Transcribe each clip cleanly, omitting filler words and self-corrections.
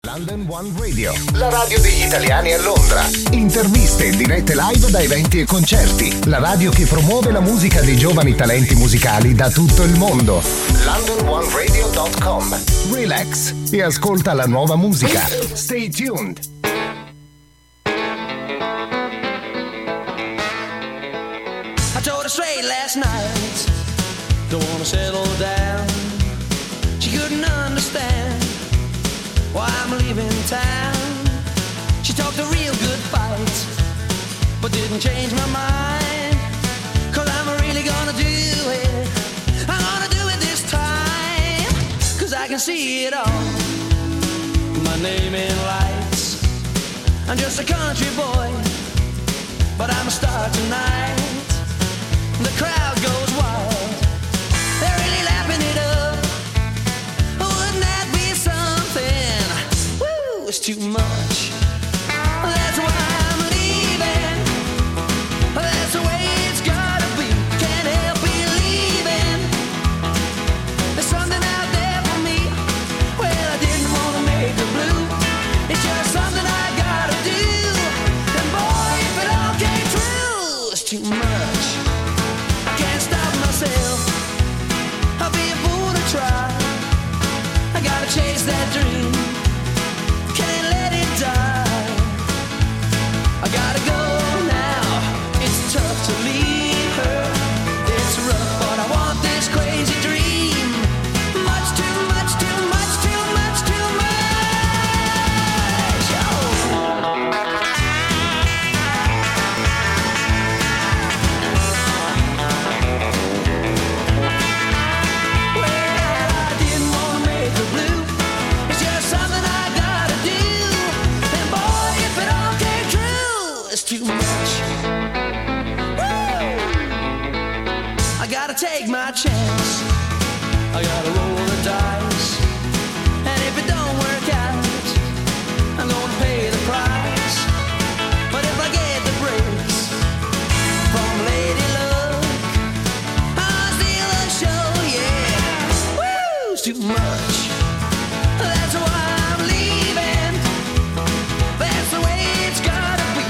London One Radio, la radio degli italiani a Londra. Interviste e dirette live da eventi e concerti. La radio che promuove la musica dei giovani talenti musicali da tutto il mondo. LondonOneRadio.com. Relax e ascolta la nuova musica. Stay tuned. I told her straight last night, don't wanna settle down. She couldn't understand why I'm leaving town. She talked a real good fight, but didn't change my mind. Cause I'm really gonna do it, I'm gonna do it this time. Cause I can see it all, my name in lights. I'm just a country boy, but I'm a star tonight. The crowd goes wild, they're really lapping it up. Wouldn't that be something? Woo, it's too much. That's why I'm leaving. That's the way it's gotta be. Can't help believing there's something out there for me. Well, I didn't wanna make it blue. It's just something I gotta do. And boy, if it all came true, it's too much. I'll be a fool to try. I gotta chase that dream, can't let it die. I gotta go now, it's tough to leave her. It's rough, but I want this crazy dream. Much too much, too much, too much, too much. Too much. Woo! I gotta take my chance. I gotta roll the dice. And if it don't work out, I'm gonna pay the price. But if I get the breaks from Lady Luck, I'll steal the show, yeah. Woo! It's too much. That's why I'm leaving. That's the way it's gotta be.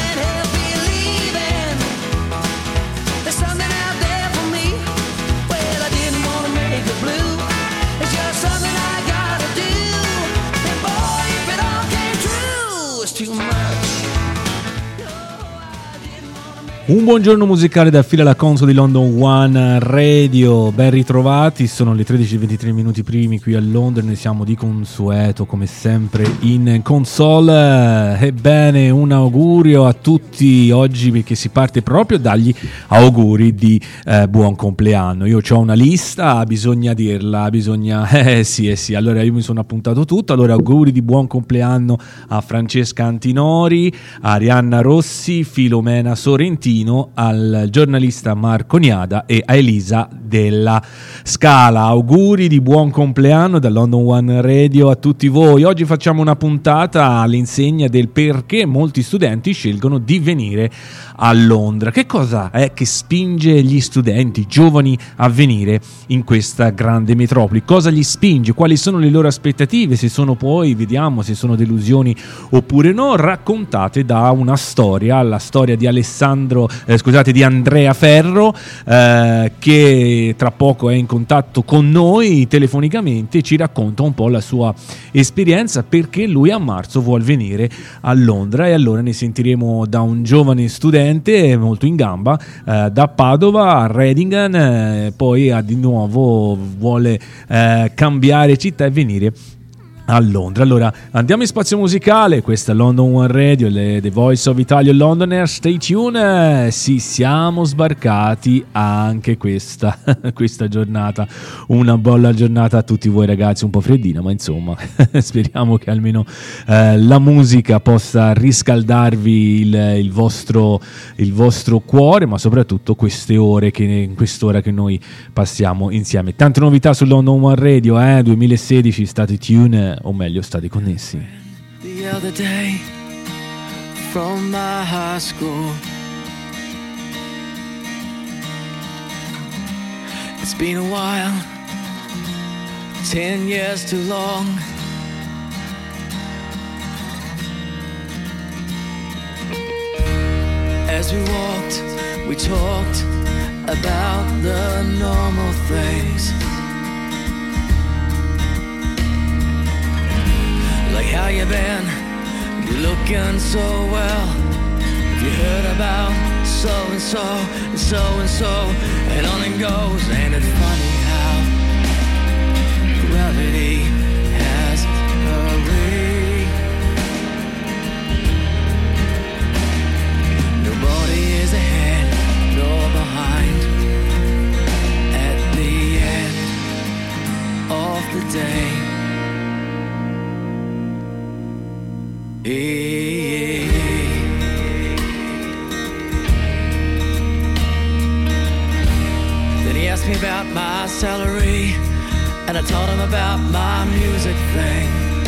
Un buongiorno musicale da fila alla console di London One Radio, ben ritrovati, sono le 13:23 minuti primi qui a Londra, noi siamo di consueto come sempre in console. Ebbene, un augurio a tutti oggi perché si parte proprio dagli auguri di buon compleanno. Io ho una lista, bisogna dirla, sì, allora io mi sono appuntato tutto. Allora auguri di buon compleanno a Francesca Antinori, a Arianna Rossi, Filomena Sorrentino, al giornalista Marco Niada e a Elisa della Scala. Auguri di buon compleanno da London One Radio a tutti voi. Oggi facciamo una puntata all'insegna del perché molti studenti scelgono di venire a Londra. Che cosa è che spinge gli studenti giovani a venire in questa grande metropoli? Cosa li spinge? Quali sono le loro aspettative? Se sono poi, vediamo se sono delusioni oppure no, raccontate da una storia, la storia di di Andrea Ferro, che tra poco è in contatto con noi telefonicamente e ci racconta un po' la sua esperienza, perché lui a marzo vuol venire a Londra. E allora ne sentiremo da un giovane studente molto in gamba, da Padova a Reading, poi di nuovo vuole cambiare città e venire a Londra. Allora andiamo in spazio musicale, questa è London One Radio, The Voice of Italia Londoner. Stay tuned. Sì, siamo sbarcati anche questa giornata, una bella giornata a tutti voi ragazzi, un po' freddina ma insomma speriamo che almeno la musica possa riscaldarvi il vostro cuore, ma soprattutto quest'ora che noi passiamo insieme. Tante novità su London One Radio 2016, state tuned, o meglio state connessi. The other day from my high school, it's been a while, 10 years too long. As we walked, we talked about the normal things, like how you been, you looking so well. Have you heard about so-and-so and so-and-so? And on it goes. Ain't it funny how gravity has a way? Nobody is ahead nor behind at the end of the day. Then he asked me about my salary, and I told him about my music thing.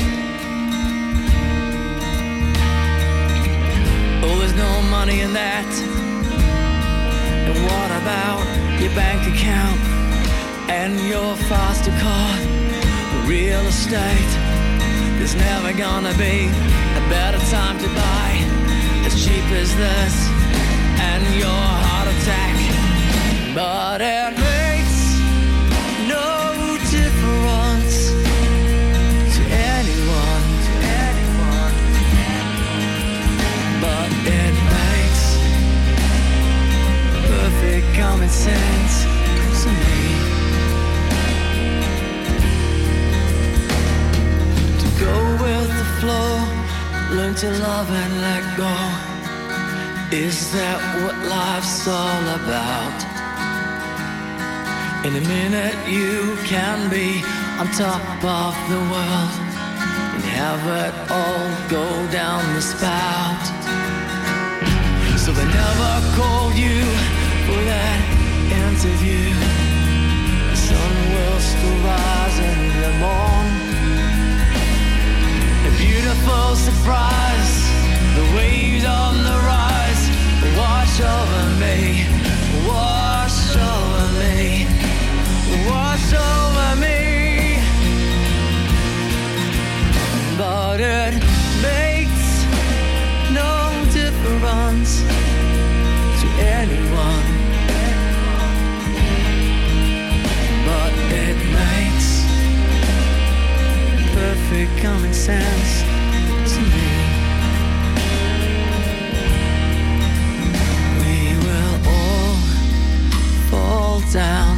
Oh, there's no money in that. And what about your bank account and your foster card, real estate? There's never gonna be a better time to buy as cheap as this and your heart attack. But it makes no difference to anyone, but it makes perfect common sense to me. To go with the flow, learn to love and let go. Is that what life's all about? In a minute you can be on top of the world and have it all go down the spout. So they never called you for that interview. The sun will still rise in the morn. A beautiful surprise, the waves on the rise, wash over me, wash over me, wash over me. But it makes no difference to anyone, but it makes perfect common sense to me. We will all fall down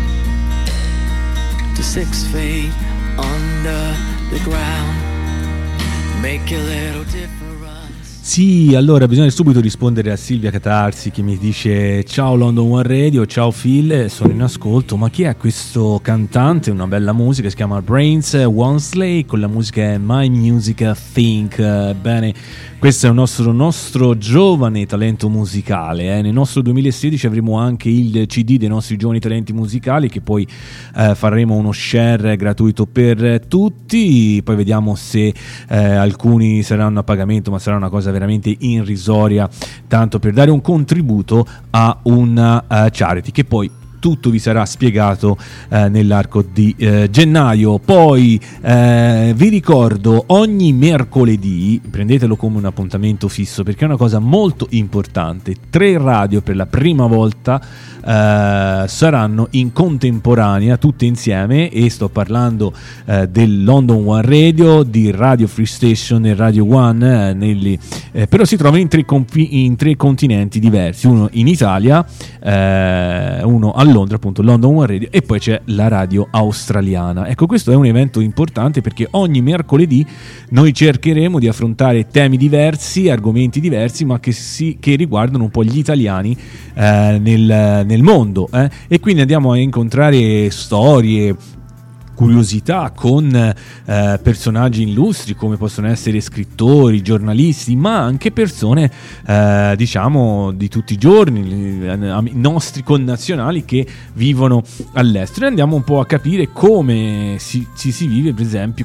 to 6 feet under the ground. Make a little difference. Sì, allora bisogna subito rispondere a Silvia Catarsi che mi dice: ciao London One Radio, ciao Phil, sono in ascolto, ma chi è questo cantante? Una bella musica, si chiama Brains Wansley, con la musica My Music Think. Bene, questo è un nostro giovane talento musicale. Nel nostro 2016 avremo anche il CD dei nostri giovani talenti musicali, che poi faremo uno share gratuito per tutti. Poi vediamo se alcuni saranno a pagamento, ma sarà una cosa veramente irrisoria, tanto per dare un contributo a una charity, che poi tutto vi sarà spiegato nell'arco di gennaio. Poi vi ricordo, ogni mercoledì prendetelo come un appuntamento fisso, perché è una cosa molto importante. 3 radio per la prima volta saranno in contemporanea tutte insieme, e sto parlando del London One Radio, di Radio Free Station e Radio One, però si trovano in 3 continenti diversi, uno in Italia, uno a Londra, appunto London One Radio, e poi c'è la radio australiana. Ecco, questo è un evento importante perché ogni mercoledì noi cercheremo di affrontare temi diversi, argomenti diversi, ma che riguardano un po' gli italiani nel mondo, e quindi andiamo a incontrare storie, curiosità con personaggi illustri come possono essere scrittori, giornalisti, ma anche persone diciamo di tutti i giorni, i nostri connazionali che vivono all'estero, e andiamo un po' a capire come si vive, per esempio,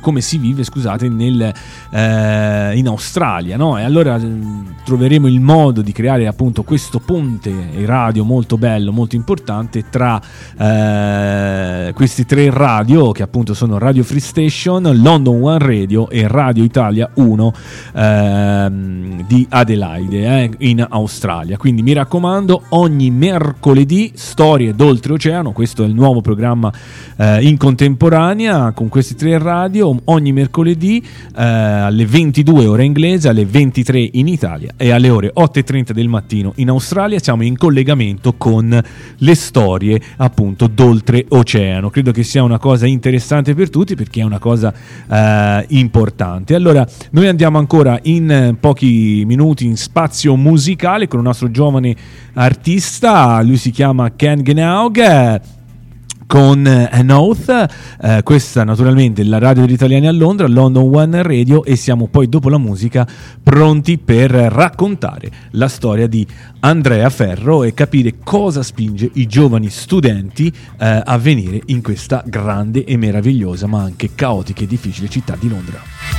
in Australia, no? E allora troveremo il modo di creare appunto questo ponte radio molto bello, molto importante tra questi 3 radio che che appunto sono Radio Free Station, London One Radio e Radio Italia 1 di Adelaide in Australia. Quindi mi raccomando, ogni mercoledì Storie d'Oltreoceano, questo è il nuovo programma in contemporanea con questi 3 radio, ogni mercoledì alle 22 ora inglese, alle 23 in Italia e alle ore 8:30 del mattino in Australia. Siamo in collegamento con le storie appunto d'oltreoceano. Credo che sia una cosa interessante per tutti, perché è una cosa importante. Allora noi andiamo ancora in pochi minuti in spazio musicale con un nostro giovane artista, lui si chiama Ken Gnaug, con An Oath. Questa naturalmente è la radio degli italiani a Londra, London One Radio, e siamo poi dopo la musica pronti per raccontare la storia di Andrea Ferro e capire cosa spinge i giovani studenti a venire in questa grande e meravigliosa ma anche caotica e difficile città di Londra.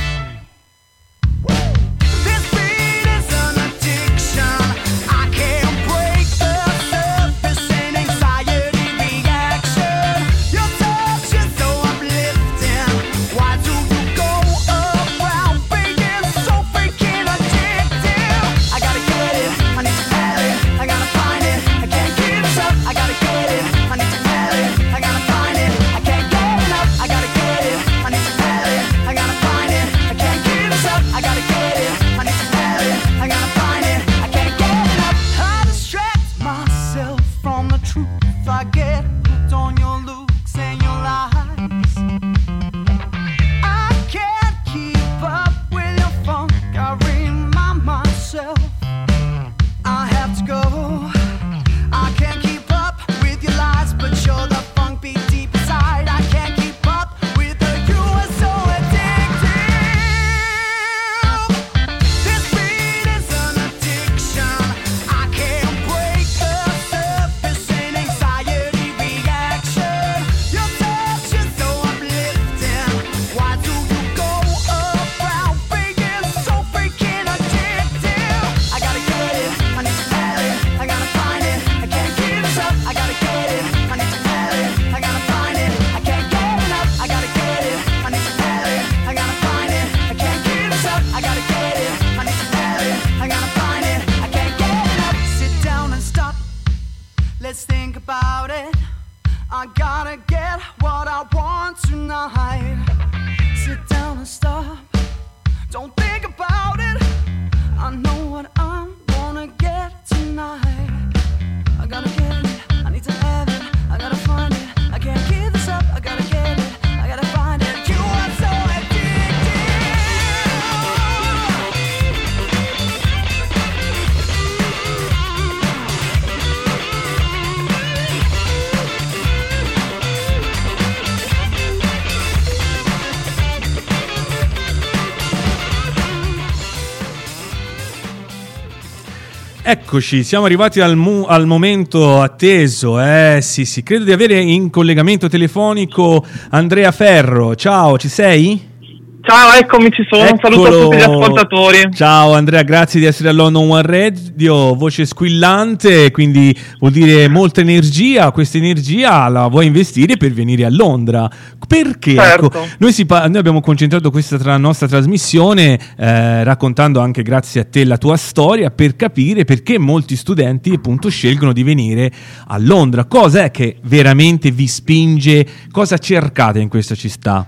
Eccoci, siamo arrivati al momento atteso. Sì, credo di avere in collegamento telefonico Andrea Ferro. Ciao, ci sei? Ciao, eccomi, ci sono. Un saluto a tutti gli ascoltatori. Ciao Andrea, grazie di essere a London One Radio, voce squillante, quindi vuol dire molta energia. Questa energia la vuoi investire per venire a Londra. Perché? Certo. Ecco, noi abbiamo concentrato questa nostra trasmissione raccontando anche grazie a te la tua storia, per capire perché molti studenti appunto scelgono di venire a Londra. Cosa è che veramente vi spinge? Cosa cercate in questa città?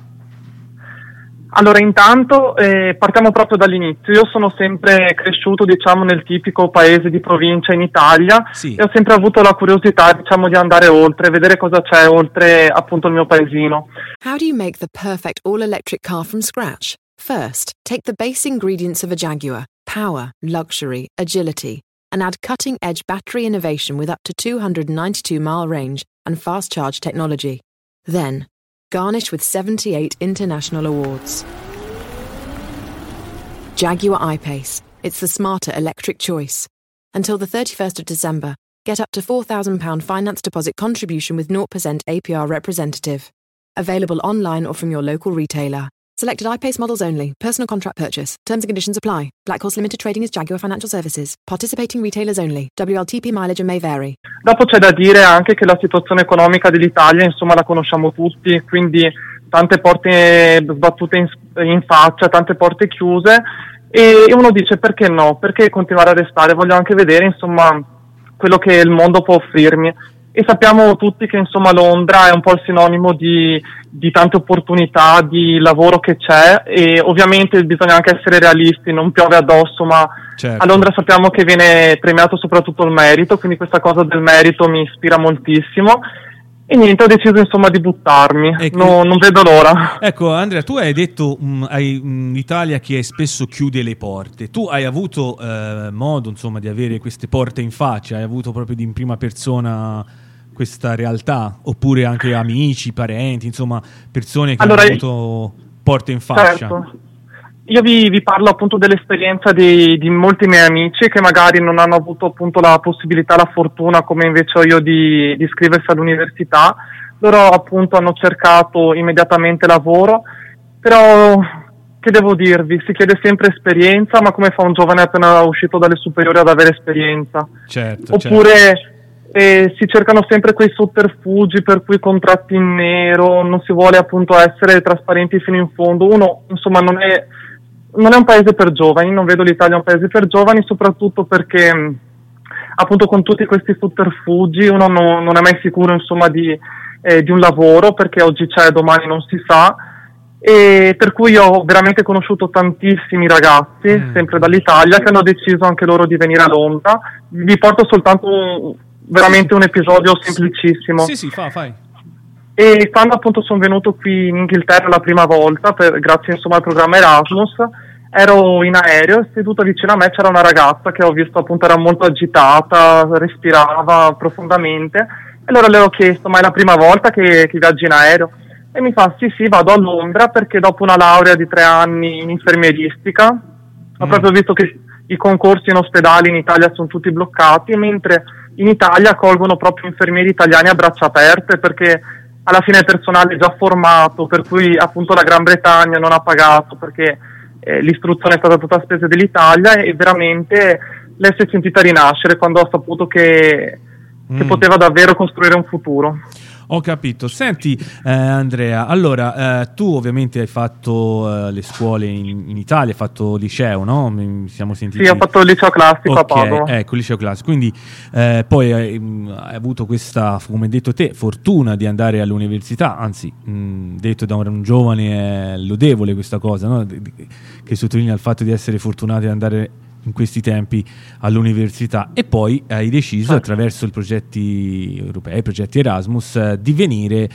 Allora, intanto partiamo proprio dall'inizio. Io sono sempre cresciuto, diciamo, nel tipico paese di provincia in Italia, sì, e ho sempre avuto la curiosità, diciamo, di andare oltre, vedere cosa c'è oltre appunto il mio paesino. How do you make the perfect all-electric car from scratch? First, take the base ingredients of a Jaguar: power, luxury, agility, and add cutting-edge battery innovation with up to 292-mile range and fast charge technology. Then, garnished with 78 international awards. Jaguar I-Pace. It's the smarter electric choice. Until the 31st of December, get up to £4,000 finance deposit contribution with 0% APR representative. Available online or from your local retailer. Selected I-Pace models only. Personal contract purchase. Terms and conditions apply. Black Horse Limited Trading is Jaguar Financial Services. Participating retailers only. WLTP mileage may vary. Dopo c'è da dire anche che la situazione economica dell'Italia, insomma, la conosciamo tutti, quindi tante porte sbattute in faccia, tante porte chiuse, e uno dice perché no, perché continuare a restare, voglio anche vedere insomma quello che il mondo può offrirmi. E sappiamo tutti che insomma Londra è un po' il sinonimo di tante opportunità, di lavoro che c'è, e ovviamente bisogna anche essere realisti, non piove addosso, ma certo. A Londra sappiamo che viene premiato soprattutto il merito, quindi questa cosa del merito mi ispira moltissimo. E niente, ho deciso insomma di buttarmi, non vedo l'ora. Ecco Andrea, tu hai detto hai un'Italia che spesso chiude le porte, tu hai avuto modo insomma di avere queste porte in faccia, hai avuto proprio in prima persona questa realtà, oppure anche amici, parenti, insomma persone che hanno avuto porte in faccia? Certo. Io vi parlo appunto dell'esperienza di molti miei amici che magari non hanno avuto appunto la possibilità, la fortuna come invece ho io di iscriversi all'università. Loro appunto hanno cercato immediatamente lavoro, però che devo dirvi, si chiede sempre esperienza, ma come fa un giovane appena uscito dalle superiori ad avere esperienza? Certo, oppure si cercano sempre quei sotterfugi per cui contratti in nero, non si vuole appunto essere trasparenti fino in fondo. Uno insomma non è un paese per giovani, non vedo l'Italia un paese per giovani, soprattutto perché appunto con tutti questi sotterfugi uno non è mai sicuro insomma di un lavoro, perché oggi c'è, domani non si sa, e per cui ho veramente conosciuto tantissimi ragazzi sempre dall'Italia che hanno deciso anche loro di venire a Londra. Vi porto soltanto veramente un episodio semplicissimo. Sì, fai. E quando appunto sono venuto qui in Inghilterra la prima volta, grazie insomma al programma Erasmus, ero in aereo e seduta vicino a me c'era una ragazza che ho visto appunto era molto agitata, respirava profondamente, e allora le ho chiesto: ma è la prima volta che viaggi in aereo? E mi fa: sì, vado a Londra perché dopo una laurea di 3 anni in infermieristica ho proprio visto che i concorsi in ospedali in Italia sono tutti bloccati, mentre in Italia accolgono proprio infermieri italiani a braccia aperte, perché alla fine il personale è già formato, per cui appunto la Gran Bretagna non ha pagato, perché l'istruzione è stata tutta a spese dell'Italia, e veramente lei si è sentita rinascere quando ha saputo che poteva davvero costruire un futuro. Ho capito. Senti Andrea, allora tu ovviamente hai fatto le scuole in Italia, hai fatto liceo, no? Siamo sentiti. Sì, ho fatto il liceo classico a Padova. Ecco, il liceo classico. Quindi poi hai avuto questa, come hai detto te, fortuna di andare all'università, anzi detto da un giovane è lodevole questa cosa, no? Che sottolinea il fatto di essere fortunati ad andare in questi tempi all'università, e poi hai deciso attraverso i progetti europei, i progetti Erasmus, di venire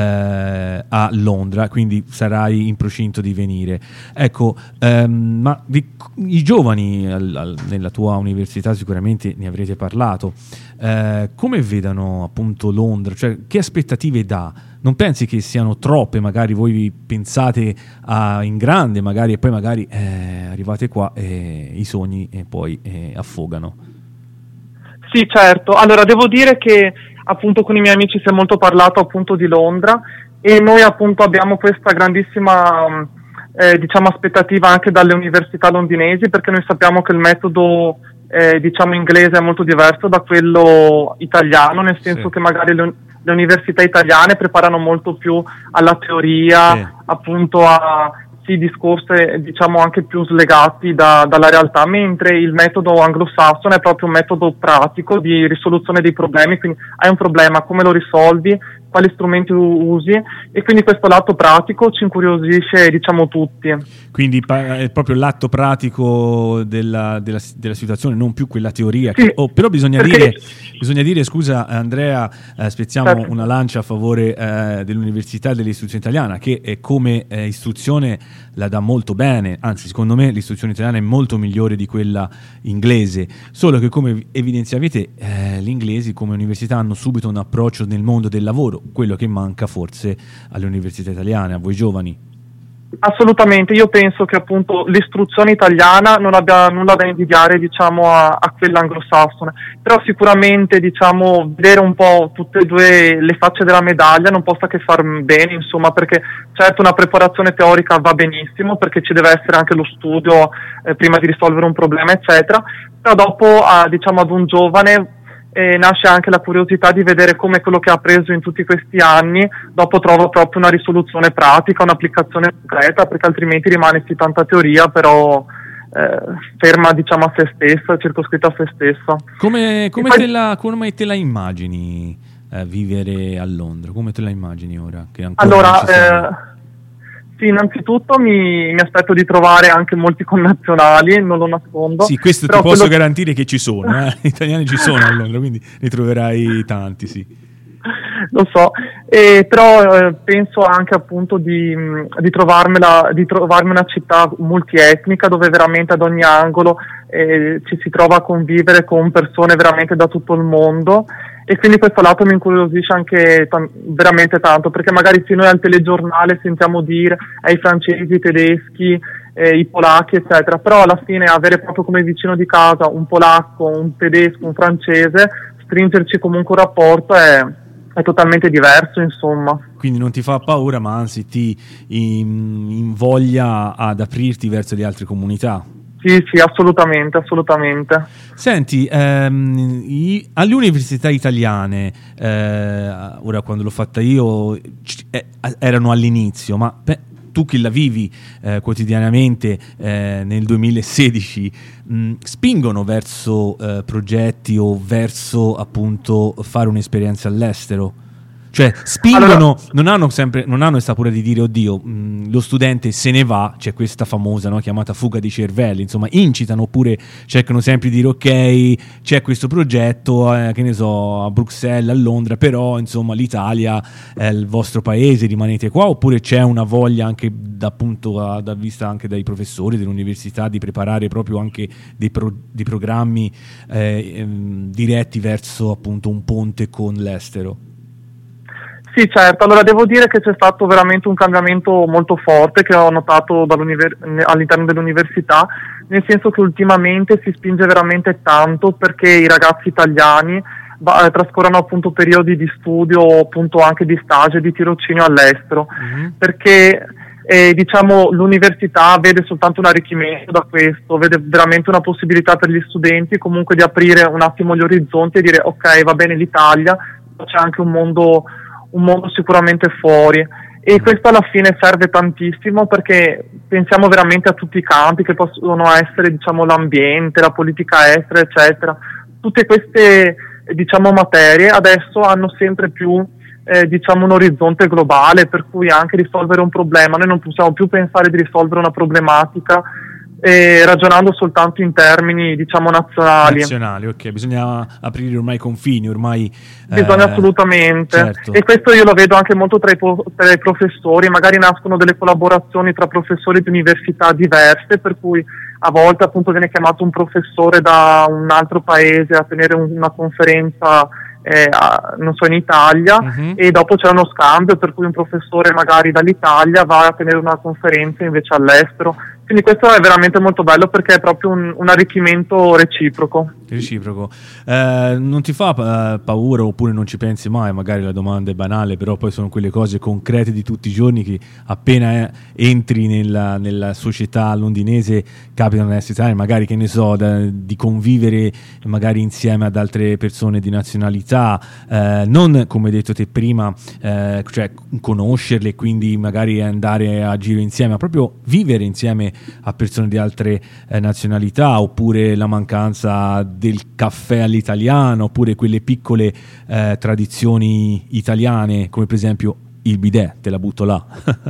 a Londra, quindi sarai in procinto di venire. Ecco, ma i giovani nella tua università sicuramente ne avrete parlato, come vedono appunto Londra, cioè che aspettative dà? Non pensi che siano troppe? Magari voi pensate in grande, magari, e poi magari arrivate qua e i sogni poi affogano. Sì, certo. Allora, devo dire che appunto con i miei amici si è molto parlato appunto di Londra, e noi appunto abbiamo questa grandissima diciamo aspettativa anche dalle università londinesi, perché noi sappiamo che il metodo diciamo inglese è molto diverso da quello italiano, nel senso che magari le università italiane preparano molto più alla teoria, appunto a discorsi diciamo anche più slegati dalla realtà, mentre il metodo anglosassone è proprio un metodo pratico di risoluzione dei problemi. Quindi hai un problema, come lo risolvi, quali strumenti usi, e quindi questo lato pratico ci incuriosisce diciamo tutti. Quindi è proprio l'atto pratico della situazione, non più quella teoria. Sì, però bisogna dire, scusa Andrea, spezziamo una lancia a favore dell'università e dell'istruzione italiana, che come istruzione la dà molto bene, anzi secondo me l'istruzione italiana è molto migliore di quella inglese, solo che come evidenziavete gli inglesi come università hanno subito un approccio nel mondo del lavoro, quello che manca forse alle università italiane, a voi giovani. Assolutamente, io penso che appunto l'istruzione italiana non abbia nulla da invidiare diciamo a quella anglosassone, però sicuramente diciamo vedere un po' tutte e due le facce della medaglia non possa che far bene, insomma, perché certo una preparazione teorica va benissimo, perché ci deve essere anche lo studio prima di risolvere un problema eccetera, però dopo diciamo ad un giovane nasce anche la curiosità di vedere come quello che ha appreso in tutti questi anni dopo trova proprio una risoluzione pratica, un'applicazione concreta, perché altrimenti rimane sì tanta teoria, però ferma diciamo a se stessa, circoscritta a se stessa. Come te la immagini vivere a Londra? Come te la immagini ora? Che ancora sì, innanzitutto mi aspetto di trovare anche molti connazionali, non lo nascondo. Sì, questo ti posso garantire che ci sono, italiani ci sono a Londra, quindi ne troverai tanti, sì. Lo so, però penso anche appunto di trovarmi una città multietnica dove veramente ad ogni angolo ci si trova a convivere con persone veramente da tutto il mondo, e quindi questo lato mi incuriosisce anche veramente tanto, perché magari sì, noi al telegiornale sentiamo dire i francesi, i tedeschi, i polacchi eccetera, però alla fine avere proprio come vicino di casa un polacco, un tedesco, un francese, stringerci comunque un rapporto è totalmente diverso, insomma. Quindi non ti fa paura, ma anzi ti invoglia ad aprirti verso le altre comunità. Sì, assolutamente. Senti, alle università italiane, ora quando l'ho fatta io, erano all'inizio, ma tu che la vivi quotidianamente nel 2016, spingono verso progetti o verso appunto fare un'esperienza all'estero? Cioè spingono, non hanno questa paura di dire oddio, lo studente se ne va, c'è questa famosa, no, chiamata fuga di cervelli, insomma incitano, oppure cercano sempre di dire ok, c'è questo progetto, che ne so, a Bruxelles, a Londra, però insomma l'Italia è il vostro paese, rimanete qua, oppure c'è una voglia anche appunto da vista anche dai professori dell'università di preparare proprio anche dei programmi diretti verso appunto un ponte con l'estero? Sì, certo. Allora devo dire che c'è stato veramente un cambiamento molto forte che ho notato all'interno dell'università, nel senso che ultimamente si spinge veramente tanto perché i ragazzi italiani trascorrono appunto periodi di studio, appunto anche di stage e di tirocinio all'estero, perché diciamo l'università vede soltanto un arricchimento da questo, vede veramente una possibilità per gli studenti comunque di aprire un attimo gli orizzonti e dire ok, va bene l'Italia, ma c'è anche un mondo sicuramente fuori, e questo alla fine serve tantissimo perché pensiamo veramente a tutti i campi che possono essere, diciamo, l'ambiente, la politica estera, eccetera. Tutte queste, diciamo, materie adesso hanno sempre più diciamo un orizzonte globale, per cui anche risolvere un problema, noi non possiamo più pensare di risolvere una problematica ragionando soltanto in termini, diciamo, nazionali. Ok, bisogna aprire ormai i confini, bisogna assolutamente, certo. E questo io lo vedo anche molto tra i professori, magari nascono delle collaborazioni tra professori di università diverse, per cui a volte appunto viene chiamato un professore da un altro paese a tenere una conferenza non so, in Italia, e dopo c'è uno scambio per cui un professore magari dall'Italia va a tenere una conferenza invece all'estero. Quindi questo è veramente molto bello perché è proprio un arricchimento reciproco. Non ti fa paura, oppure non ci pensi mai? Magari la domanda è banale, però poi sono quelle cose concrete di tutti i giorni che appena entri nella società londinese capitano ad essere, magari, che ne so, di convivere magari insieme ad altre persone di nazionalità, non come hai detto te prima, cioè conoscerle, quindi magari andare a giro insieme, ma proprio vivere insieme a persone di altre nazionalità, oppure la mancanza del caffè all'italiano, oppure quelle piccole tradizioni italiane, come per esempio il bidet, te la butto là.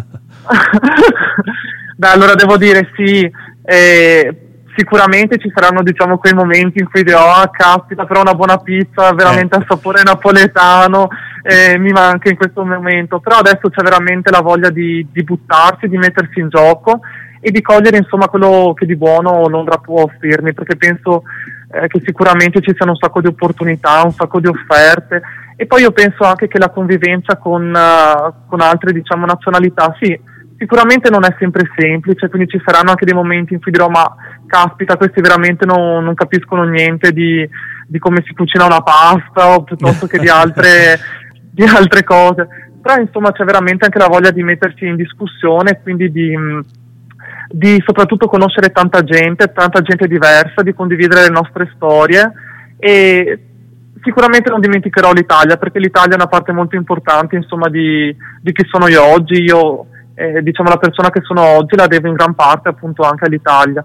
Beh, allora devo dire sì, sicuramente ci saranno, diciamo, quei momenti in cui dirò caspita, però una buona pizza veramente al sapore napoletano mi manca in questo momento, però adesso c'è veramente la voglia di buttarsi, di mettersi in gioco e di cogliere, insomma, quello che di buono Londra può offrirmi, perché penso che sicuramente ci siano un sacco di opportunità, un sacco di offerte, e poi io penso anche che la convivenza con altre, diciamo, nazionalità, sì, sicuramente non è sempre semplice, quindi ci saranno anche dei momenti in cui dirò ma caspita, questi veramente non capiscono niente di come si cucina una pasta, o piuttosto che di altre cose, però insomma c'è veramente anche la voglia di mettersi in discussione, quindi di soprattutto conoscere tanta gente diversa, di condividere le nostre storie, e Sicuramente non dimenticherò l'Italia, perché l'Italia è una parte molto importante, insomma, di chi sono io oggi. Io, diciamo, la persona che sono oggi la devo in gran parte appunto anche all'Italia.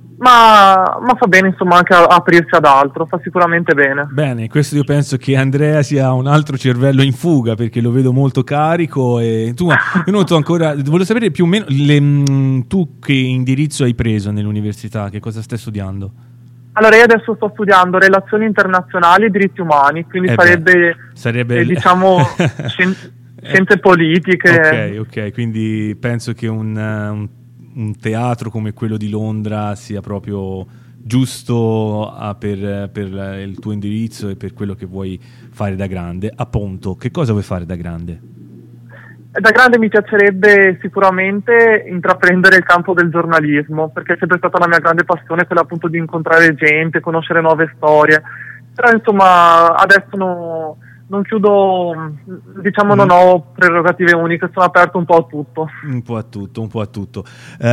Ma fa bene, insomma, anche aprirsi ad altro, fa sicuramente bene. Bene, questo io penso che Andrea sia un altro cervello in fuga, perché lo vedo molto carico. E tu, io noto ancora, volevo sapere più o meno tu che indirizzo hai preso nell'università, che cosa stai studiando? Allora, io adesso sto studiando relazioni internazionali e diritti umani, quindi sarebbe diciamo, scienze politiche. Ok, quindi penso che un teatro come quello di Londra sia proprio giusto per il tuo indirizzo e per quello che vuoi fare da grande. Appunto, che cosa vuoi fare da grande? Da grande mi piacerebbe sicuramente intraprendere il campo del giornalismo, perché è sempre stata la mia grande passione, quella appunto di incontrare gente, conoscere nuove storie. Però insomma adesso non chiudo, diciamo, non ho prerogative uniche, sono aperto un po' a tutto. Un po' a tutto.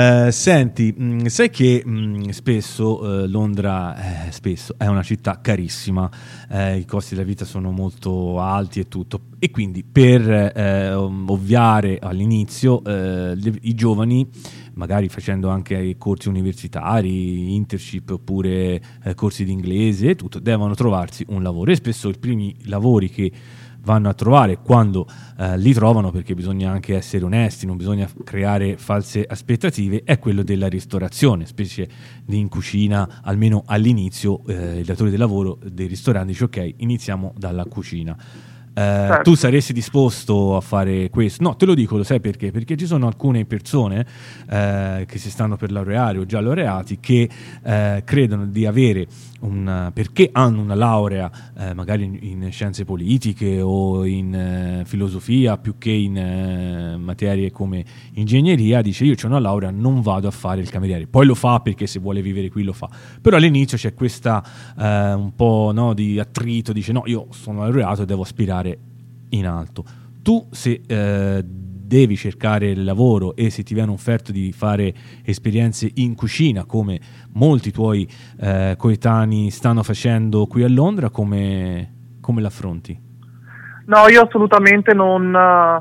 Senti, sai che spesso Londra spesso è una città carissima, i costi della vita sono molto alti e tutto, e quindi per ovviare all'inizio i giovani, magari facendo anche corsi universitari, internship oppure corsi di inglese e tutto, devono trovarsi un lavoro, e spesso i primi lavori che vanno a trovare, quando li trovano, perché bisogna anche essere onesti, non bisogna creare false aspettative, è quello della ristorazione, specie in cucina. Almeno all'inizio il datore di lavoro dei ristoranti dice ok, iniziamo dalla cucina. Certo. Tu saresti disposto a fare questo? No, te lo dico, lo sai perché? Perché ci sono alcune persone che si stanno per laureare o già laureati che credono di avere perché hanno una laurea magari in scienze politiche o in filosofia più che in materie come ingegneria, dice io ho una laurea, non vado a fare il cameriere. Poi lo fa perché se vuole vivere qui lo fa, però all'inizio c'è questa un po', no, di attrito, dice no, io sono laureato e devo aspirare in alto. Tu se devi cercare il lavoro e se ti viene offerto di fare esperienze in cucina, come molti tuoi coetanei stanno facendo qui a Londra, come l'affronti? No, io assolutamente non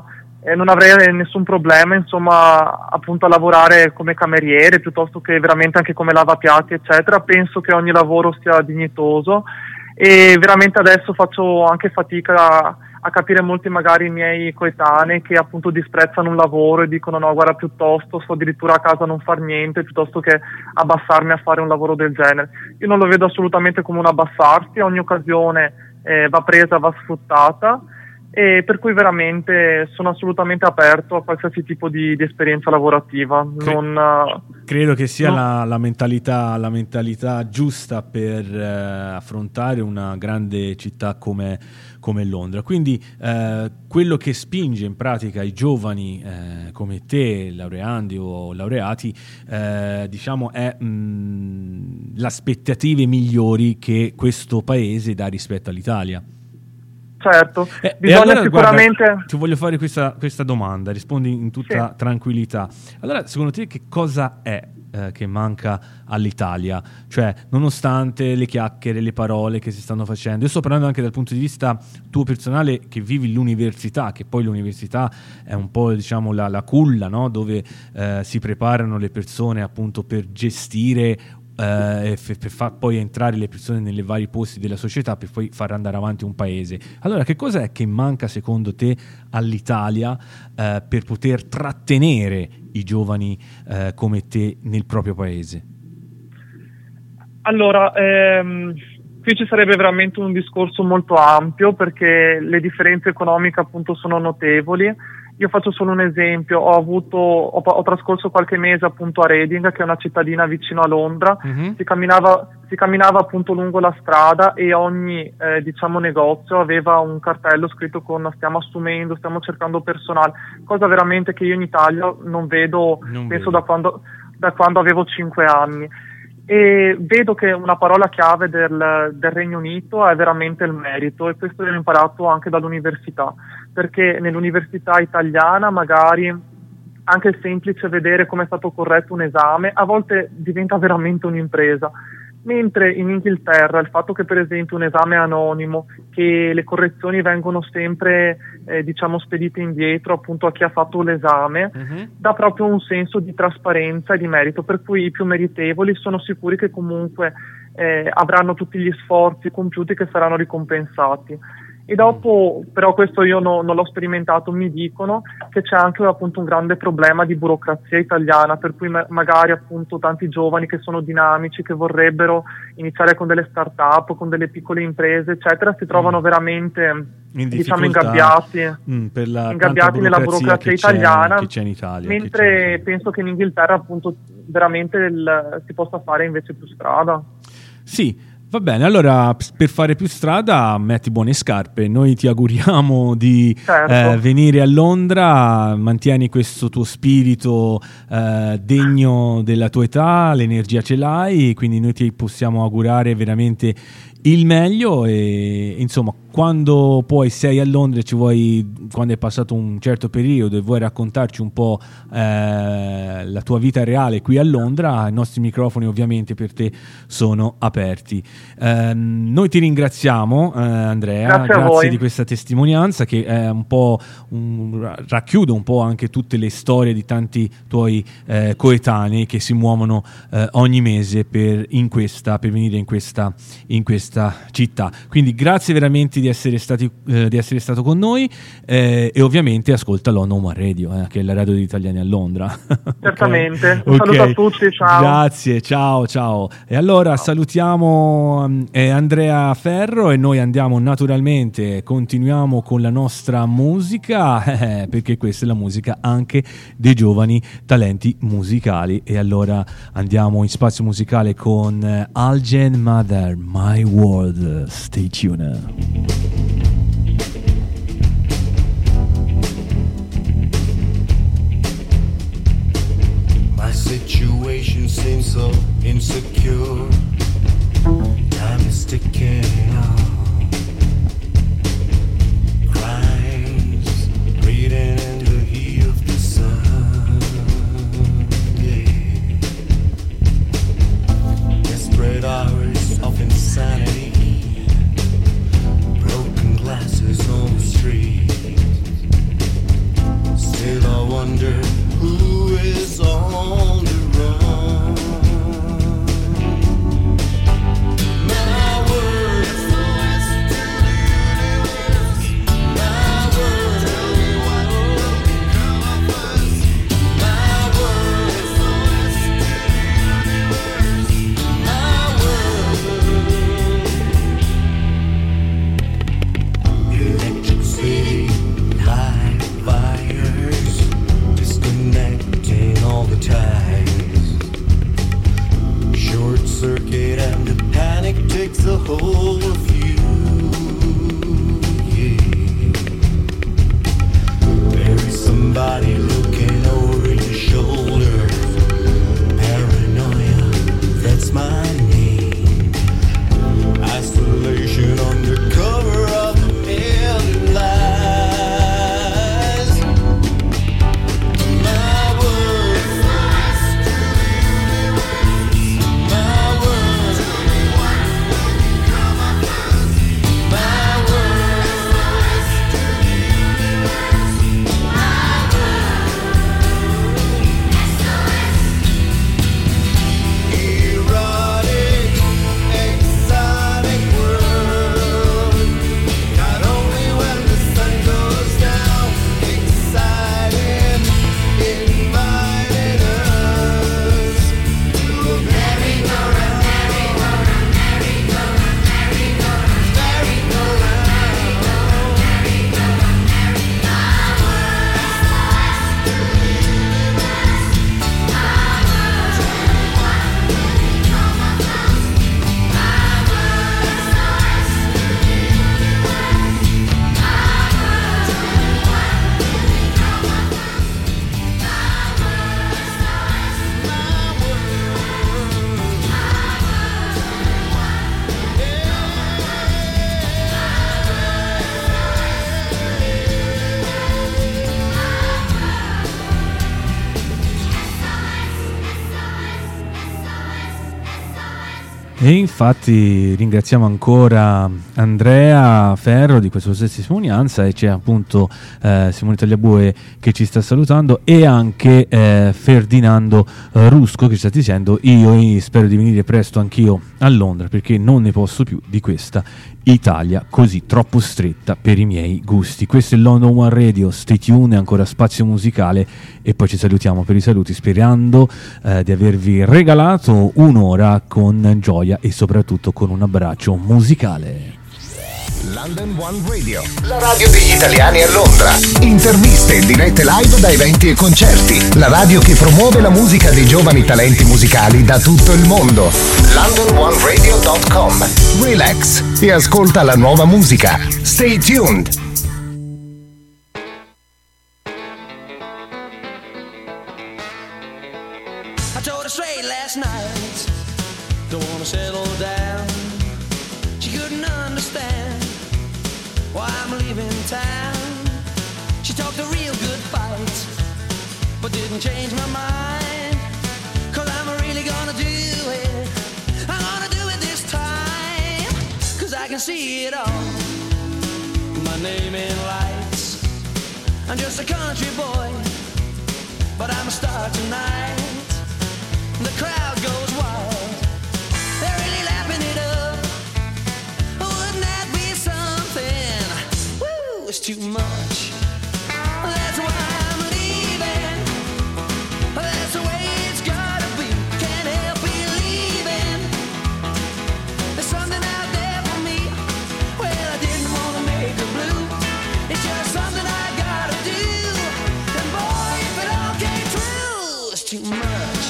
avrei nessun problema, insomma, appunto a lavorare come cameriere piuttosto che veramente anche come lavapiatti, eccetera. Penso che ogni lavoro sia dignitoso, e veramente adesso faccio anche fatica a capire molti magari i miei coetanei che appunto disprezzano un lavoro e dicono no, guarda, piuttosto sto addirittura a casa a non far niente piuttosto che abbassarmi a fare un lavoro del genere. Io non lo vedo assolutamente come un abbassarsi, ogni occasione va presa, va sfruttata, e per cui veramente sono assolutamente aperto a qualsiasi tipo di esperienza lavorativa. Credo che sia la mentalità giusta per affrontare una grande città come Londra. Quindi quello che spinge in pratica i giovani come te, laureandi o laureati, diciamo è le aspettative migliori che questo paese dà rispetto all'Italia. Certo, bisogna allora, sicuramente... Guarda, ti voglio fare questa domanda, rispondi in tutta tranquillità. Allora, secondo te che cosa è che manca all'Italia? Cioè, nonostante le chiacchiere, le parole che si stanno facendo, io sto parlando anche dal punto di vista tuo personale, che vivi l'università, che poi l'università è un po', diciamo, la culla, no? Dove si preparano le persone appunto per gestire per far poi entrare le persone nei vari posti della società, per poi far andare avanti un paese. Allora, che cosa è che manca secondo te all'Italia per poter trattenere i giovani come te nel proprio paese? Allora, qui ci sarebbe veramente un discorso molto ampio, perché le differenze economiche appunto sono notevoli. Io faccio solo un esempio: ho trascorso qualche mese appunto a Reading, che è una cittadina vicino a Londra. Mm-hmm. Si camminava appunto lungo la strada e ogni diciamo negozio aveva un cartello scritto con stiamo assumendo, stiamo cercando personale, cosa veramente che io in Italia non vedo. Penso da quando avevo 5 anni. E vedo che una parola chiave del Regno Unito è veramente il merito, e questo l'ho imparato anche dall'università, perché nell'università italiana magari anche il semplice vedere come è stato corretto un esame a volte diventa veramente un'impresa, Mentre in Inghilterra il fatto che per esempio un esame è anonimo, che le correzioni vengono sempre spedite indietro appunto a chi ha fatto l'esame, dà proprio un senso di trasparenza e di merito, per cui i più meritevoli sono sicuri che comunque avranno tutti gli sforzi compiuti che saranno ricompensati. E dopo, però questo io non l'ho sperimentato, mi dicono che c'è anche appunto un grande problema di burocrazia italiana, per cui magari appunto tanti giovani che sono dinamici, che vorrebbero iniziare con delle start-up, con delle piccole imprese, eccetera, si trovano veramente ingabbiati nella burocrazia italiana, che c'è in Italia, mentre penso che in Inghilterra appunto veramente si possa fare invece più strada. Sì. Va bene, allora per fare più strada metti buone scarpe, noi ti auguriamo di venire a Londra, mantieni questo tuo spirito degno della tua età, l'energia ce l'hai, quindi noi ti possiamo augurare veramente il meglio e insomma quando poi sei a Londra quando è passato un certo periodo e vuoi raccontarci un po' la tua vita reale qui a Londra, i nostri microfoni ovviamente per te sono aperti. Noi ti ringraziamo Andrea, grazie di questa testimonianza che è un po' racchiude un po' anche tutte le storie di tanti tuoi coetanei che si muovono ogni mese per venire in questa città, quindi grazie veramente di essere stato con noi e ovviamente ascolta London One Radio, che è la radio degli italiani a Londra. Certamente. Un saluto a tutti, ciao. Grazie, ciao. E allora salutiamo Andrea Ferro e noi andiamo naturalmente, continuiamo con la nostra musica perché questa è la musica anche dei giovani talenti musicali e allora andiamo in spazio musicale con Algen Mother, My World. Stay tuned. My situation seems so insecure. Time is ticking on. Crimes breeding in the heat of the sun. Yeah. Desperate hours of insanity. Broken glasses on the street. Still I wonder who is on the run. My world is the west to the universe. My world, tell me what will become of us. My world is the west to the universe. My world. Electricity, live fires, disconnecting all the ties. Short circuit and the panic takes a hold of you. Yeah. There is somebody looking over your shoulder. Paranoia, that's my name. Isolation under cover of the million lies. My world is the west to the universe. My world, tell me what will become of E infatti ringraziamo ancora Andrea Ferro di questa sua testimonianza, e c'è appunto Simone Tagliabue che ci sta salutando, e anche Ferdinando Rusco che ci sta dicendo: io spero di venire presto anch'io a Londra perché non ne posso più di questa Italia così troppo stretta per i miei gusti. Questo è London One Radio, stay tuned, ancora spazio musicale e poi ci salutiamo per i saluti, sperando di avervi regalato un'ora con gioia e soprattutto con un abbraccio musicale. London One Radio, la radio degli italiani a Londra. Interviste, dirette live da eventi e concerti. La radio che promuove la musica dei giovani talenti musicali da tutto il mondo. LondonOneRadio.com. Relax e ascolta la nuova musica. Stay tuned. I told her straight last night, don't wanna settle down. She couldn't understand why I'm leaving town. She talked a real good fight, but didn't change my mind. 'Cause I'm really gonna do it, I'm gonna do it this time. 'Cause I can see it all, my name in lights. I'm just a country boy, but I'm a star tonight. The crowd goes wild, they're really lapping it up. Wouldn't that be something? Woo, it's too much. That's why I'm leaving. That's the way it's gotta be. Can't help believing there's something out there for me. Well, I didn't wanna make her blue. It's just something I gotta do. And boy, if it all came true, it's too much.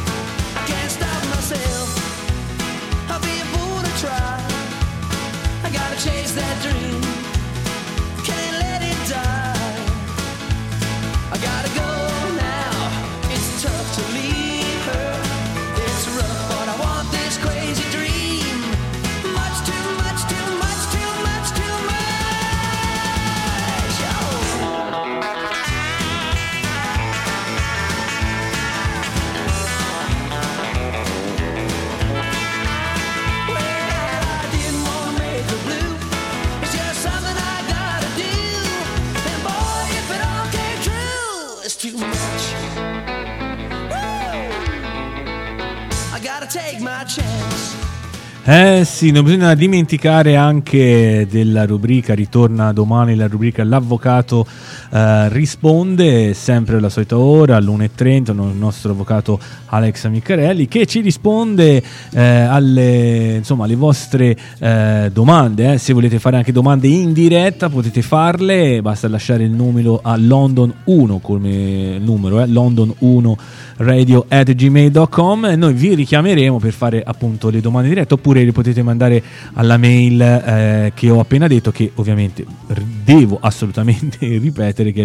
I'll be a fool to try. I gotta chase that dream, can't let it die. I gotta go now, it's tough to leave her. It's rough, but I want this crazy dream. Much too much, too much, too much, too much. Too much. Woo! I gotta take my chance. Sì, non bisogna dimenticare anche della rubrica, ritorna domani la rubrica L'Avvocato risponde, sempre alla solita ora, all'1:30, il nostro avvocato Alex Miccarelli, che ci risponde alle vostre domande. Se volete fare anche domande in diretta potete farle, basta lasciare il numero a London 1 come numero, london1radio@gmail.com, e noi vi richiameremo per fare appunto le domande in diretta, oppure le potete mandare alla mail che ho appena detto, che ovviamente devo assolutamente ripetere, che è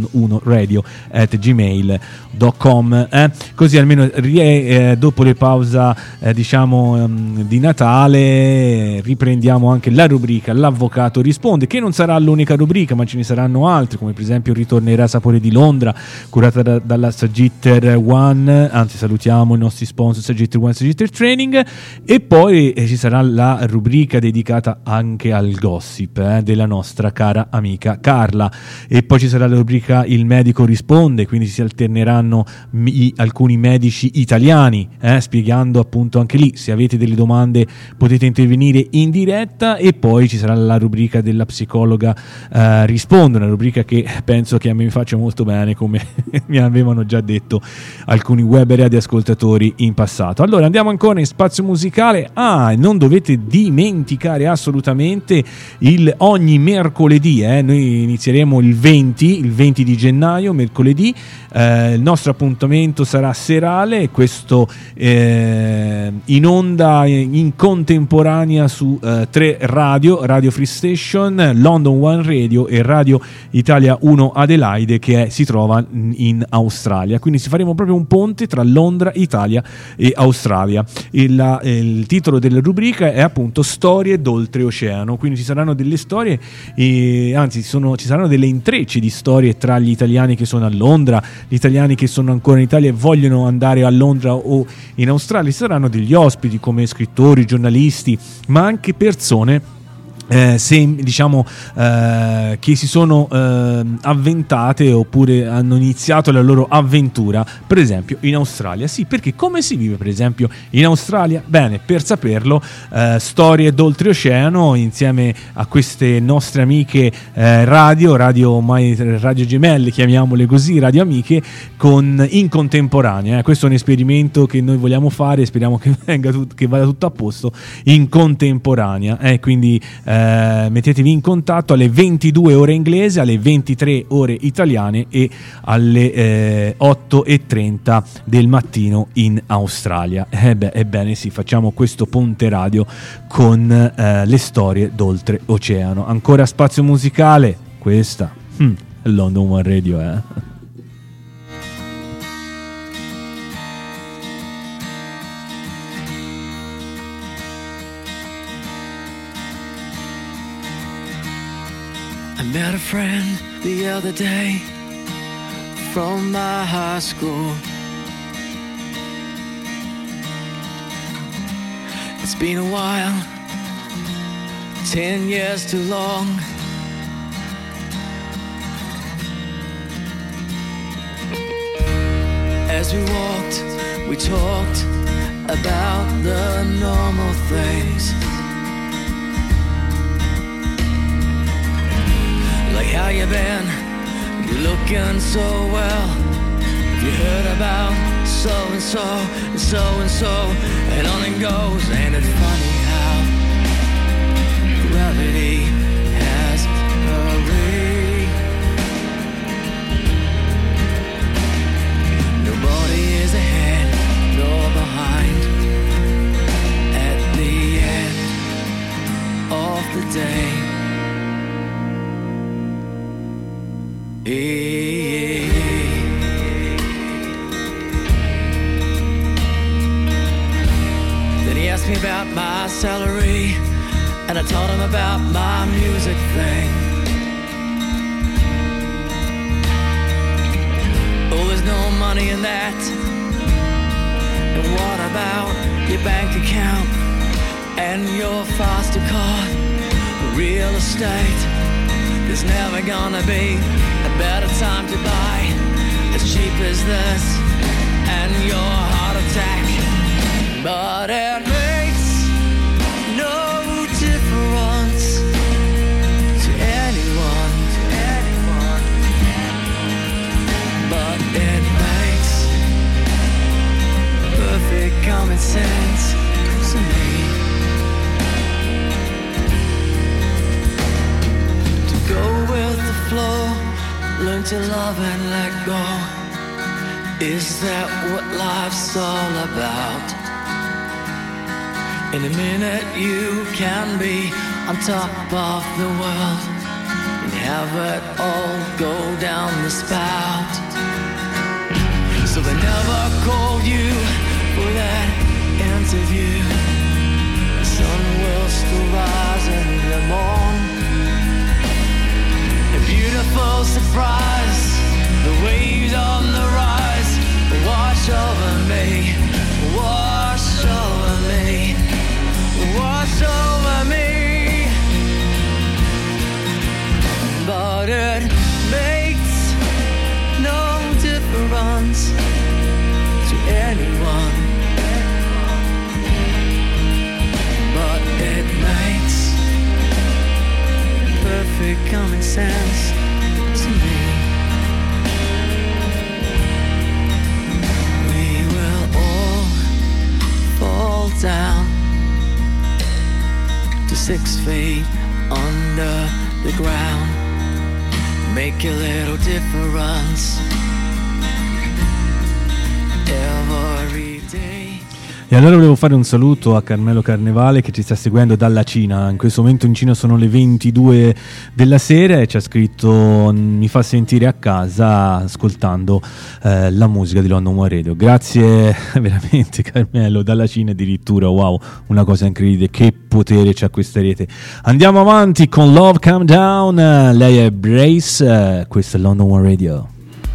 london1radio@gmail.com, così almeno dopo le pausa di Natale riprendiamo anche la rubrica L'Avvocato risponde, che non sarà l'unica rubrica, ma ce ne saranno altre, come per esempio ritornerà Sapore di Londra, curata dalla Sagitter One, anzi salutiamo i nostri sponsor Sagitter One, Sagitter Training, e poi ci sarà la rubrica dedicata anche al gossip della nostra cara amica Carla, e poi ci sarà la rubrica Il medico risponde, quindi si alterneranno alcuni medici italiani spiegando appunto anche lì, se avete delle domande potete intervenire in diretta, e poi ci sarà la rubrica della psicologa risponde, una rubrica che penso che a me mi faccia molto bene, come mi avevano già detto alcuni web di ascoltatori in passato. Allora andiamo ancora in spazio musicale. Non dovete dimenticare assolutamente ogni mercoledì, noi inizieremo il 20 di gennaio, mercoledì, il nostro appuntamento sarà serale, questo in onda in contemporanea su 3 Radio Free Station, London One Radio e Radio Italia 1 Adelaide, che si trova in Australia, quindi faremo proprio un ponte tra Londra, Italia e Australia. Il titolo della rubrica è appunto Storie d'oltreoceano, quindi ci saranno delle storie anzi ci saranno delle intrecci di storie tra gli italiani che sono a Londra, gli italiani che sono ancora in Italia e vogliono andare a Londra o in Australia. Ci saranno degli ospiti come scrittori, giornalisti, ma anche persone che si sono avventate oppure hanno iniziato la loro avventura per esempio in Australia. Sì, perché come si vive per esempio in Australia? Bene, per saperlo, storie d'oltreoceano insieme a queste nostre amiche radio gemelle, chiamiamole così, radio amiche, in contemporanea. Questo è un esperimento che noi vogliamo fare, speriamo che vada tutto a posto in contemporanea, quindi mettetevi in contatto alle 22 ore inglese, alle 23 ore italiane e alle 8:30 del mattino in Australia. Ebbene sì, facciamo questo ponte radio con le storie d'oltreoceano. Ancora spazio musicale, questa è London One Radio, I met a friend the other day from my high school. It's been a while, 10 years too long. As we walked, we talked about the normal things. Like how you been, you looking so well. Have you heard about so-and-so and so-and-so? And on it goes, ain't it funny how gravity has a way? Nobody is ahead nor behind at the end of the day. Then he asked me about my salary, and I told him about my music thing. Oh, there's no money in that. And what about your bank account and your foster card, real estate? There's never gonna be a better time to buy as cheap as this and your heart attack. But it makes no difference to anyone. But it makes perfect common sense to me. Go with the flow, learn to love and let go. Is that what life's all about? In a minute you can be on top of the world and have it all go down the spout. So they never called you for that interview. The sun will still rise in the morning. A beautiful surprise, the waves on the rise, wash over me, wash over me, wash over me. But it makes no difference to anyone. But it makes perfect common sense to me. We will all fall down to 6 feet under the ground. Make a little difference every day. E allora volevo fare un saluto a Carmelo Carnevale che ci sta seguendo dalla Cina. In questo momento in Cina sono le 22 della sera e ci ha scritto: mi fa sentire a casa ascoltando la musica di London One Radio. Grazie veramente Carmelo, dalla Cina addirittura, wow, una cosa incredibile, che potere c'ha questa rete. Andiamo avanti con Love Calm Down, lei è Brace, questa è London One Radio.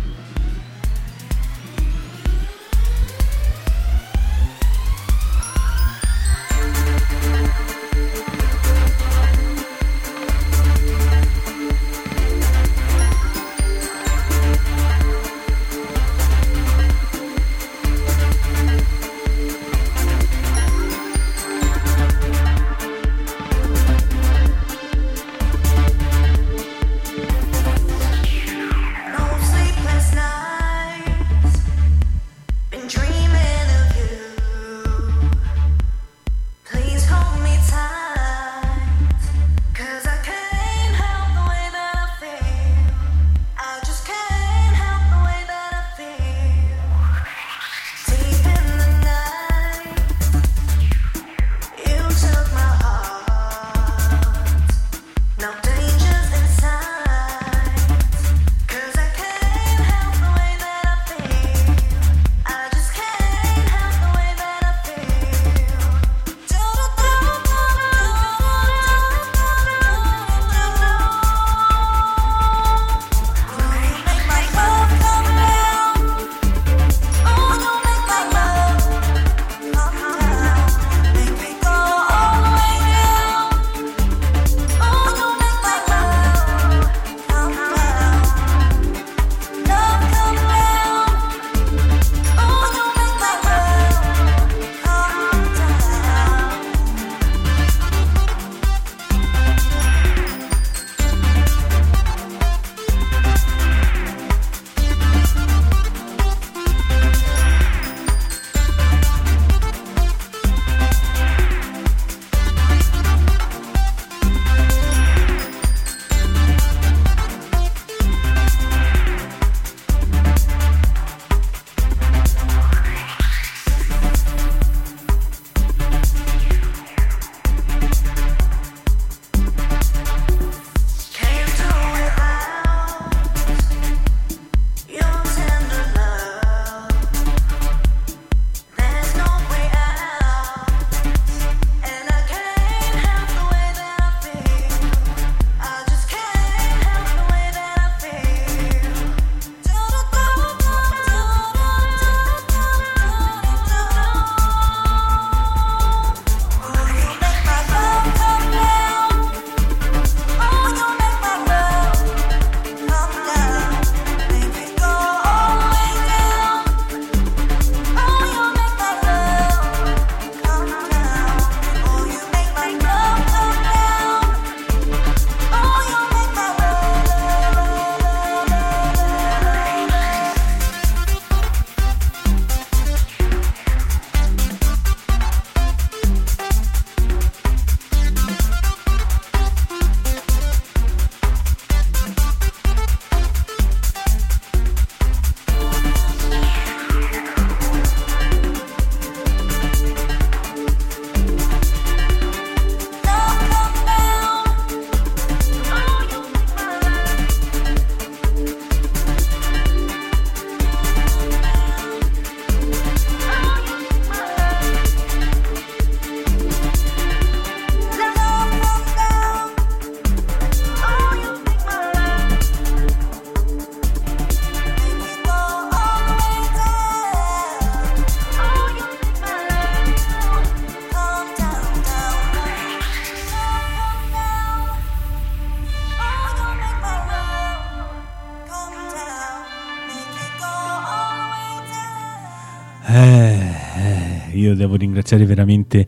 Io devo ringraziare veramente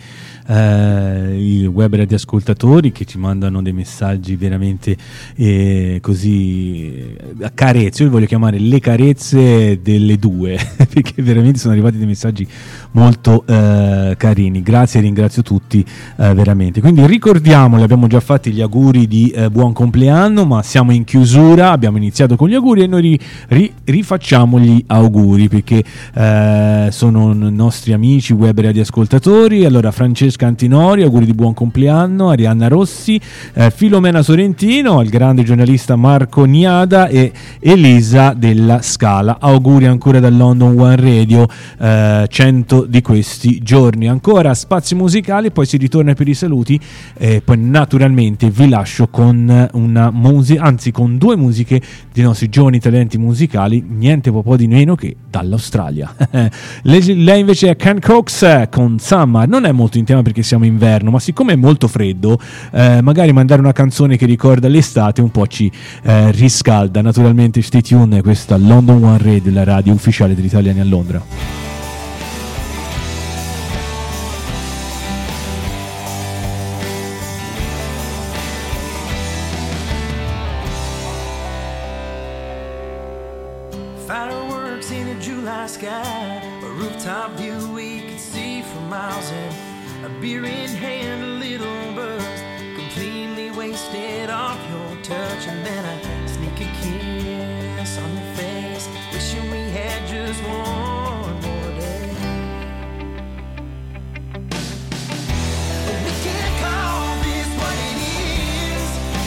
i web radioascoltatori che ci mandano dei messaggi veramente così a carezze. Io li voglio chiamare le carezze delle due perché veramente sono arrivati dei messaggi molto carini. Grazie, ringrazio tutti veramente. Quindi ricordiamoli, abbiamo già fatti gli auguri di buon compleanno, ma siamo in chiusura, abbiamo iniziato con gli auguri e noi rifacciamo gli auguri perché sono nostri amici web per radioascoltatori. Allora, Francesca Antinori, auguri di buon compleanno, Arianna Rossi, Filomena Sorrentino, al grande giornalista Marco Niada e Elisa della Scala. Auguri ancora dal London One Radio, 100 di questi giorni. Ancora spazi musicali, poi si ritorna per i saluti, poi naturalmente vi lascio con una musica, anzi con due musiche dei nostri giovani talenti musicali, niente po' di meno che dall'Australia. lei invece è Ken Cox con Summer. Non è molto in tema perché siamo in inverno, ma siccome è molto freddo, magari mandare una canzone che ricorda l'estate un po' ci riscalda. Naturalmente stay tuned, questa London One Radio, la radio ufficiale degli italiani a Londra. Fireworks in a July sky, a rooftop view we could see for miles, and a beer in hand, a little buzz, completely wasted off your touch, and then I sneak a kiss on your face, wishing we had just one more day. We can't call this what it is,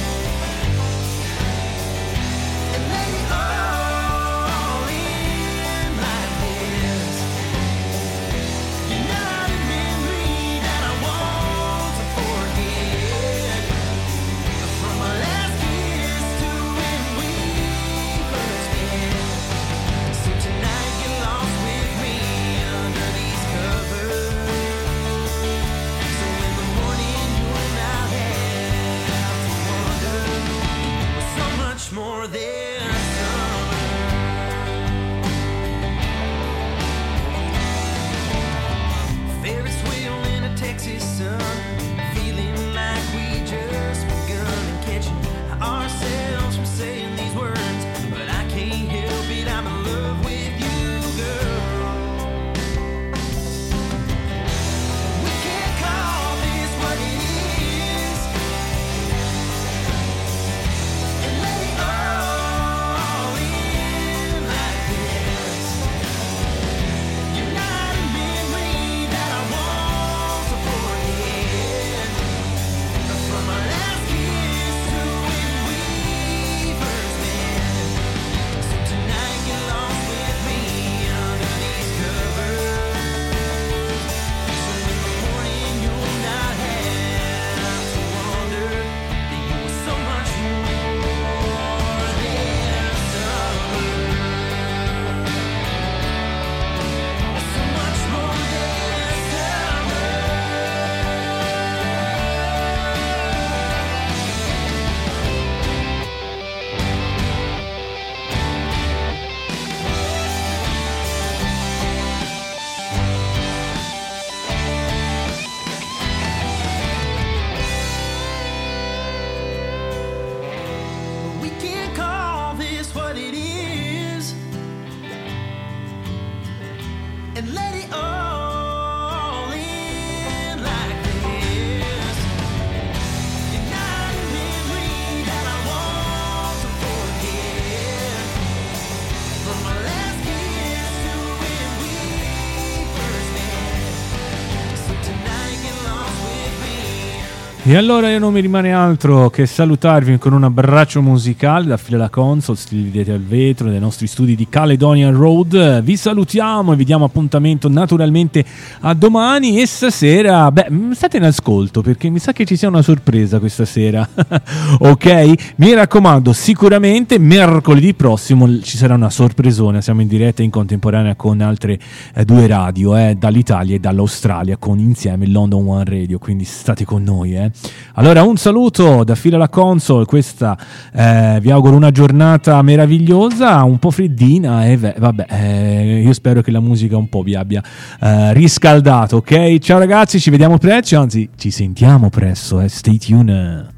and let it all in like this. You're not a memory that I want to forget, from our last kiss to when we first met. So tonight get lost with me under these covers, so in the morning you'll not have to wonder so much more than summer. Ferris wheel in a Texas sun, feeling like we just begun, and catching ourselves from saying these words, but I can't help it, I'm in love with you, girl. We can't call this what it is, and let it all in like this. You're not a memory that I want to forget, from our last kiss to when we first met. So tonight get lost with me under these covers, so in the morning you'll not have to wonder that you were so much more than summer, so much more than summer. We can't call this what it is, and let it all in like this. You're not a memory that I want to forget, from my last kiss to when we first met. So tonight get lost with me. E allora io non mi rimane altro che salutarvi con un abbraccio musicale da Fila la Console, stili vedete al vetro, dai nostri studi di Caledonian Road. Vi salutiamo e vi diamo appuntamento naturalmente a domani, e stasera, state in ascolto perché mi sa che ci sia una sorpresa questa sera. Ok? Mi raccomando, sicuramente mercoledì prossimo ci sarà una sorpresona, siamo in diretta in contemporanea con altre due radio dall'Italia e dall'Australia, con insieme London One Radio, quindi state con noi. Allora un saluto da Fila la Console, questa vi auguro una giornata meravigliosa, un po' freddina, e io spero che la musica un po' vi abbia riscaldato, ok? Ciao ragazzi, ci vediamo presto, anzi ci sentiamo presto, stay tuned.